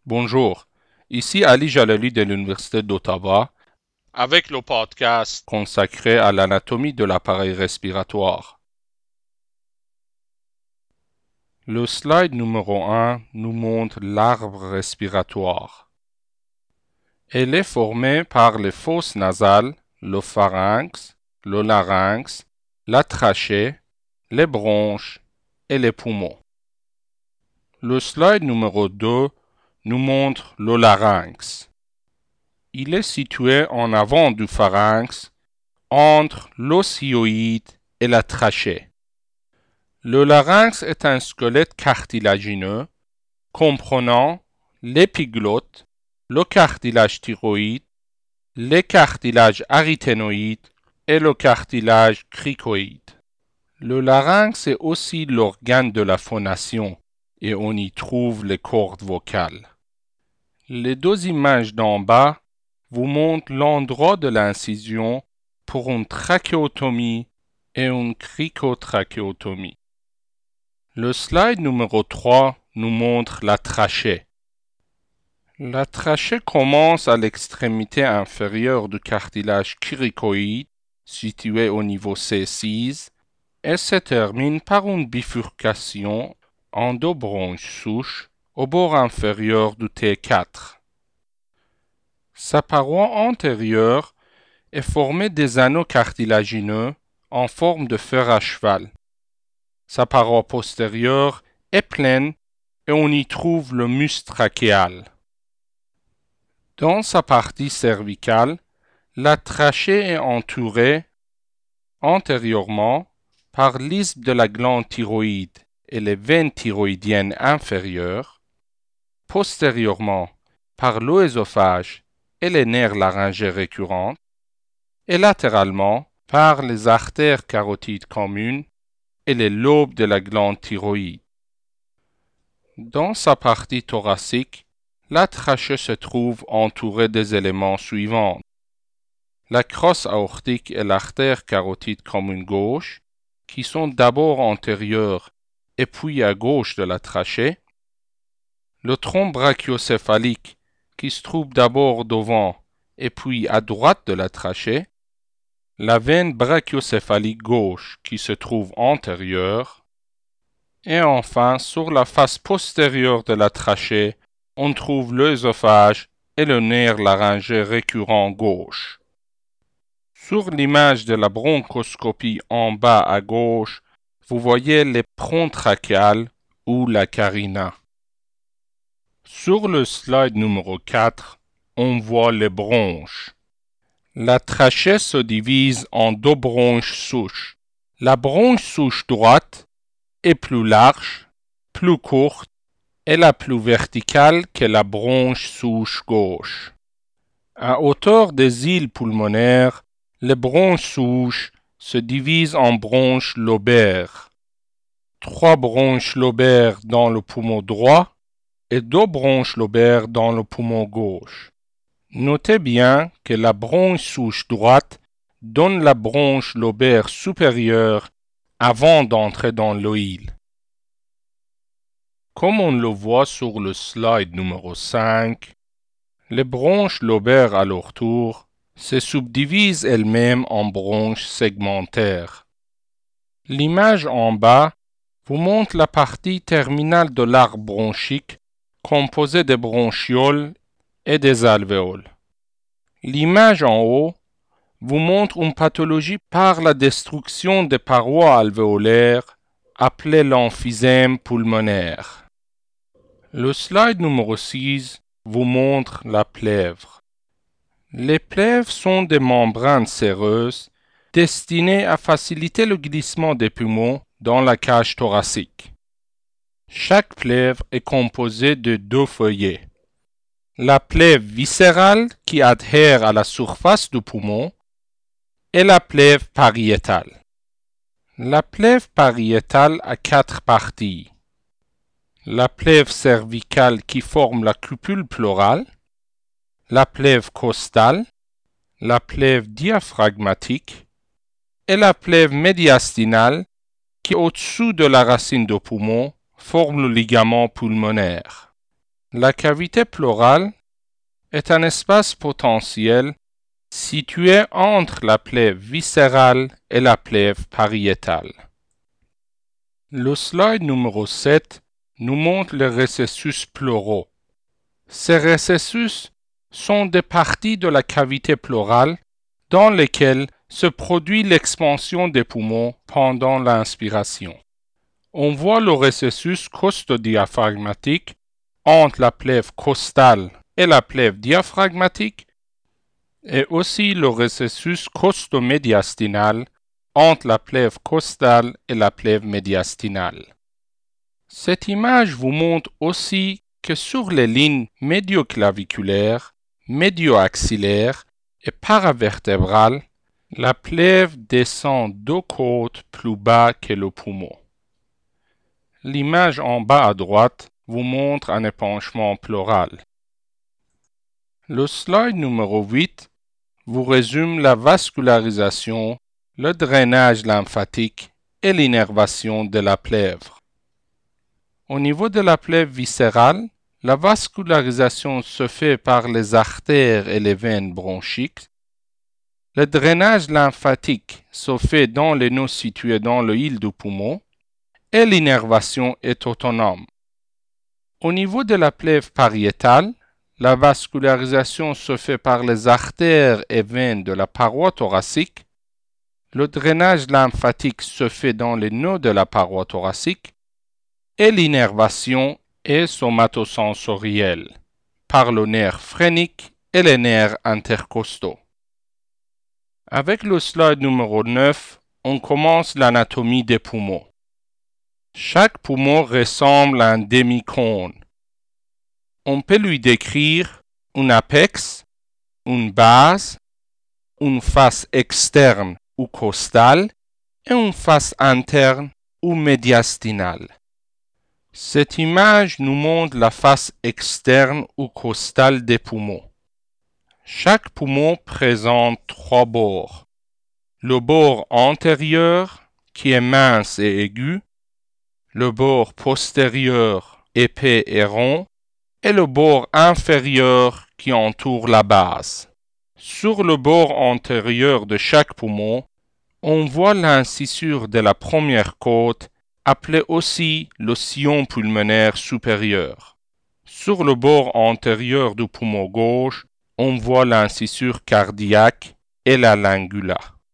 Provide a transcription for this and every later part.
Bonjour, ici Ali Jalali de l'Université d'Ottawa avec le podcast consacré à l'anatomie de l'appareil respiratoire. Le slide numéro 1 nous montre l'arbre respiratoire. Elle est formée par les fosses nasales, le pharynx, le larynx, la trachée, les bronches et les poumons. Le slide numéro 2 nous montre le larynx. Il est situé en avant du pharynx, entre l'osioïde et la trachée. Le larynx est un squelette cartilagineux comprenant l'épiglotte, le cartilage thyroïde, les cartilages aryténoïdes et le cartilage cricoïde. Le larynx est aussi l'organe de la phonation et on y trouve les cordes vocales. Les deux images d'en bas vous montrent l'endroit de l'incision pour une trachéotomie et une cricotrachéotomie. Le slide numéro 3 nous montre la trachée. La trachée commence à l'extrémité inférieure du cartilage cricoïde, situé au niveau C6, et se termine par une bifurcation en deux bronches souches au bord inférieur du T4. Sa paroi antérieure est formée des anneaux cartilagineux en forme de fer à cheval. Sa paroi postérieure est pleine et on y trouve le muscle trachéal. Dans sa partie cervicale, la trachée est entourée antérieurement par l'isthme de la glande thyroïde et les veines thyroïdiennes inférieures, postérieurement par l'œsophage et les nerfs laryngés récurrents, et latéralement par les artères carotides communes et les lobes de la glande thyroïde. Dans sa partie thoracique, la trachée se trouve entourée des éléments suivants. La crosse aortique et l'artère carotide commune gauche, qui sont d'abord antérieures et puis à gauche de la trachée, le tronc brachiocéphalique, qui se trouve d'abord devant et puis à droite de la trachée, la veine brachiocéphalique gauche qui se trouve antérieure, et enfin sur la face postérieure de la trachée, on trouve l'œsophage et le nerf laryngé récurrent gauche. Sur l'image de la bronchoscopie en bas à gauche, vous voyez les l'éperon trachéal ou la carina. Sur le slide numéro 4, on voit les bronches. La trachée se divise en deux bronches souches. La bronche souche droite est plus large, plus courte et la plus verticale que la bronche souche gauche. À hauteur des îles pulmonaires, les bronches souches se divisent en bronches lobaires. 3 bronches lobaires dans le poumon droit et 2 bronches lobaires dans le poumon gauche. Notez bien que la bronche souche droite donne la bronche lobaire supérieure avant d'entrer dans l'œil. Comme on le voit sur le slide numéro 5, les bronches lobaires à leur tour se subdivisent elles-mêmes en bronches segmentaires. L'image en bas vous montre la partie terminale de l'arc bronchique composée des bronchioles et des alvéoles. L'image en haut vous montre une pathologie par la destruction des parois alvéolaires appelée l'emphysème pulmonaire. Le slide numéro 6 vous montre la plèvre. Les plèvres sont des membranes séreuses destinées à faciliter le glissement des poumons dans la cage thoracique. Chaque plèvre est composée de 2 feuillets. La plèvre viscérale qui adhère à la surface du poumon et la plèvre pariétale. La plèvre pariétale a 4 parties. La plèvre cervicale qui forme la cupule pleurale, la plèvre costale, la plèvre diaphragmatique et la plèvre médiastinale qui au-dessous de la racine du poumon forme le ligament pulmonaire. La cavité pleurale est un espace potentiel situé entre la plèvre viscérale et la plèvre pariétale. Le slide numéro 7 nous montre les récessus pleuraux. Ces récessus sont des parties de la cavité pleurale dans lesquelles se produit l'expansion des poumons pendant l'inspiration. On voit le récessus costodiaphragmatique entre la plèvre costale et la plèvre diaphragmatique et aussi le récessus costomédiastinal entre la plèvre costale et la plèvre médiastinale. Cette image vous montre aussi que sur les lignes médioclaviculaires, médioaxillaires et paravertébrales, la plèvre descend 2 côtes plus bas que le poumon. L'image en bas à droite vous montre un épanchement pleural. Le slide numéro 8 vous résume la vascularisation, le drainage lymphatique et l'innervation de la plèvre. Au niveau de la plèvre viscérale, la vascularisation se fait par les artères et les veines bronchiques. Le drainage lymphatique se fait dans les nœuds situés dans le hile du poumon et l'innervation est autonome. Au niveau de la plèvre pariétale, la vascularisation se fait par les artères et veines de la paroi thoracique. Le drainage lymphatique se fait dans les nœuds de la paroi thoracique et l'innervation est somatosensorielle par le nerf phrénique et les nerfs intercostaux. Avec le slide numéro 9, on commence l'anatomie des poumons. Chaque poumon ressemble à un demi-cône. On peut lui décrire un apex, une base, une face externe ou costale et une face interne ou médiastinale. Cette image nous montre la face externe ou costale des poumons. Chaque poumon présente 3 bords. Le bord antérieur, qui est mince et aigu, le bord postérieur, épais et rond, et le bord inférieur qui entoure la base. Sur le bord antérieur de chaque poumon, on voit l'incisure de la première côte, appelée aussi le sillon pulmonaire supérieur. Sur le bord antérieur du poumon gauche, on voit l'incisure cardiaque et la lingula.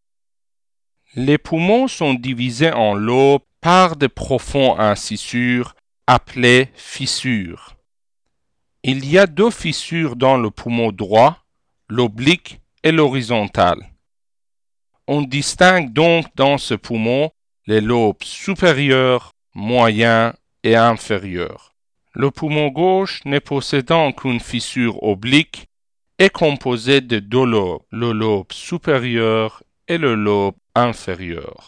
Les poumons sont divisés en lobes par de profondes incisures appelées fissures. Il y a 2 fissures dans le poumon droit, l'oblique et l'horizontale. On distingue donc dans ce poumon les lobes supérieurs, moyens et inférieurs. Le poumon gauche, ne possédant qu'une fissure oblique, est composé de 2 lobes, le lobe supérieur et le lobe inférieur.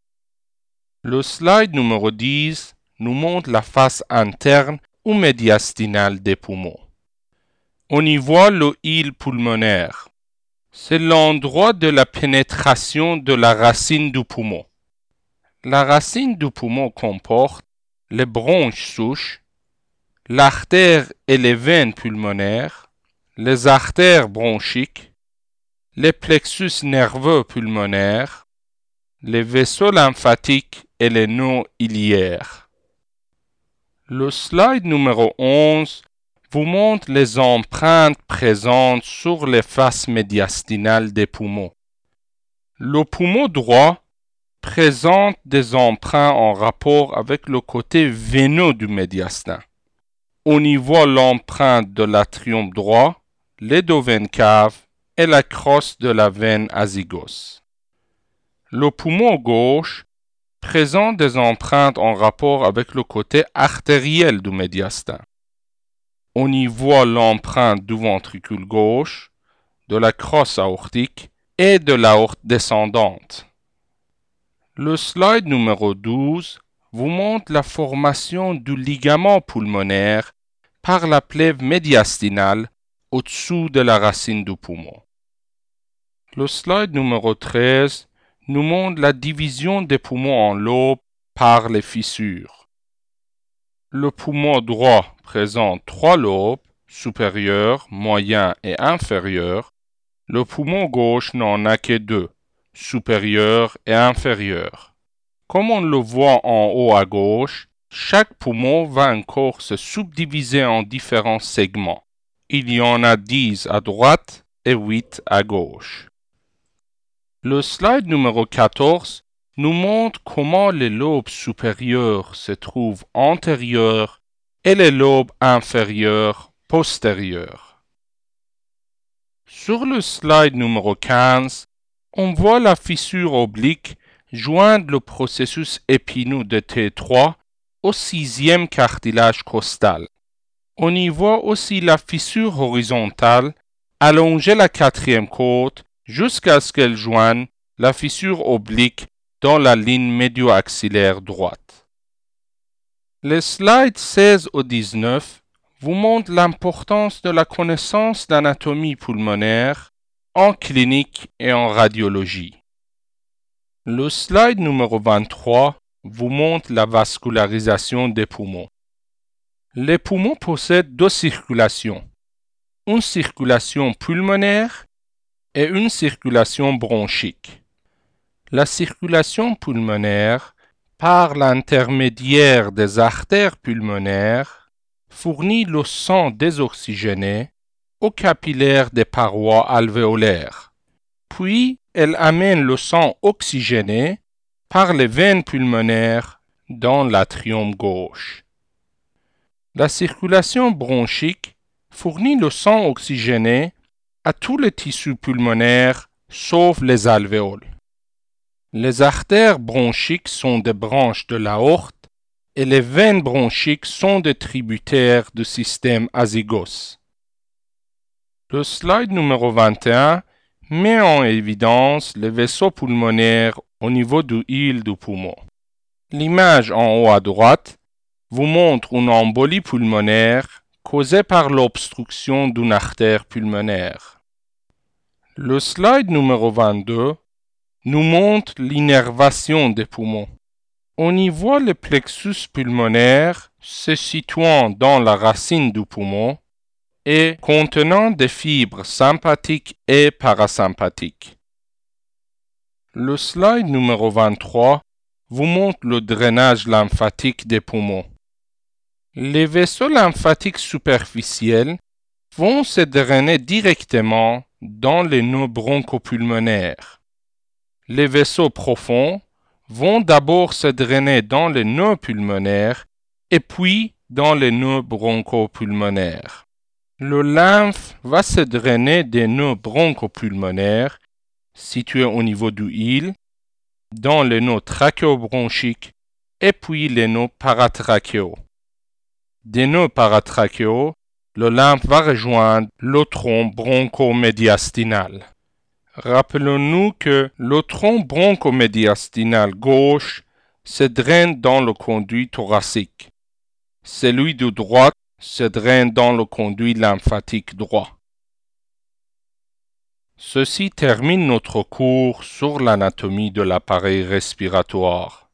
Le slide numéro 10 nous montre la face interne ou médiastinale des poumons. On y voit le hile pulmonaire. C'est l'endroit de la pénétration de la racine du poumon. La racine du poumon comporte les bronches souches, l'artère et les veines pulmonaires, les artères bronchiques, les plexus nerveux pulmonaires, les vaisseaux lymphatiques et les nœuds iliaires. Le slide numéro 11 vous montre les empreintes présentes sur les faces médiastinales des poumons. Le poumon droit présente des empreintes en rapport avec le côté veineux du médiastin. On y voit l'empreinte de l'atrium droit, les 2 veines caves et la crosse de la veine azygos. Le poumon gauche présente des empreintes en rapport avec le côté artériel du médiastin. On y voit l'empreinte du ventricule gauche, de la crosse aortique et de l'aorte descendante. Le slide numéro 12 vous montre la formation du ligament pulmonaire par la plèvre médiastinale au-dessous de la racine du poumon. Le slide numéro 13 nous montre la division des poumons en lobes par les fissures. Le poumon droit présente 3 lobes, supérieur, moyen et inférieur. Le poumon gauche n'en a que 2, supérieur et inférieur. Comme on le voit en haut à gauche, chaque poumon va encore se subdiviser en différents segments. Il y en a 10 à droite et 8 à gauche. Le slide numéro 14 nous montre comment les lobes supérieurs se trouvent antérieurs et les lobes inférieurs postérieurs. Sur le slide numéro 15, on voit la fissure oblique joindre le processus épineux de T3 au 6e cartilage costal. On y voit aussi la fissure horizontale allonger la 4e côte jusqu'à ce qu'elle joigne la fissure oblique dans la ligne médio-axillaire droite. Les slides 16 au 19 vous montrent l'importance de la connaissance d'anatomie pulmonaire en clinique et en radiologie. Le slide numéro 23 vous montre la vascularisation des poumons. Les poumons possèdent 2 circulations, une circulation pulmonaire et une circulation bronchique. La circulation pulmonaire, par l'intermédiaire des artères pulmonaires, fournit le sang désoxygéné aux capillaires des parois alvéolaires. Puis, elle amène le sang oxygéné par les veines pulmonaires dans l'atrium gauche. La circulation bronchique fournit le sang oxygéné à tous les tissus pulmonaires sauf les alvéoles. Les artères bronchiques sont des branches de l'aorte et les veines bronchiques sont des tributaires du système azygos. Le slide numéro 21 met en évidence les vaisseaux pulmonaires au niveau du hile du poumon. L'image en haut à droite vous montre une embolie pulmonaire causée par l'obstruction d'une artère pulmonaire. Le slide numéro 22 nous montre l'innervation des poumons. On y voit le plexus pulmonaire se situant dans la racine du poumon et contenant des fibres sympathiques et parasympathiques. Le slide numéro 23 vous montre le drainage lymphatique des poumons. Les vaisseaux lymphatiques superficiels vont se drainer directement dans les nœuds bronchopulmonaires. Les vaisseaux profonds vont d'abord se drainer dans les nœuds pulmonaires et puis dans les nœuds bronchopulmonaires. Le lymphe va se drainer des nœuds bronchopulmonaires situés au niveau du hile, dans les nœuds trachéobronchiques et puis les nœuds paratrachéaux. Des nœuds paratrachéaux, le lymphe va rejoindre le tronc bronchomédiastinal. Rappelons-nous que le tronc bronchomédiastinal gauche se draine dans le conduit thoracique. Celui de droite se draine dans le conduit lymphatique droit. Ceci termine notre cours sur l'anatomie de l'appareil respiratoire.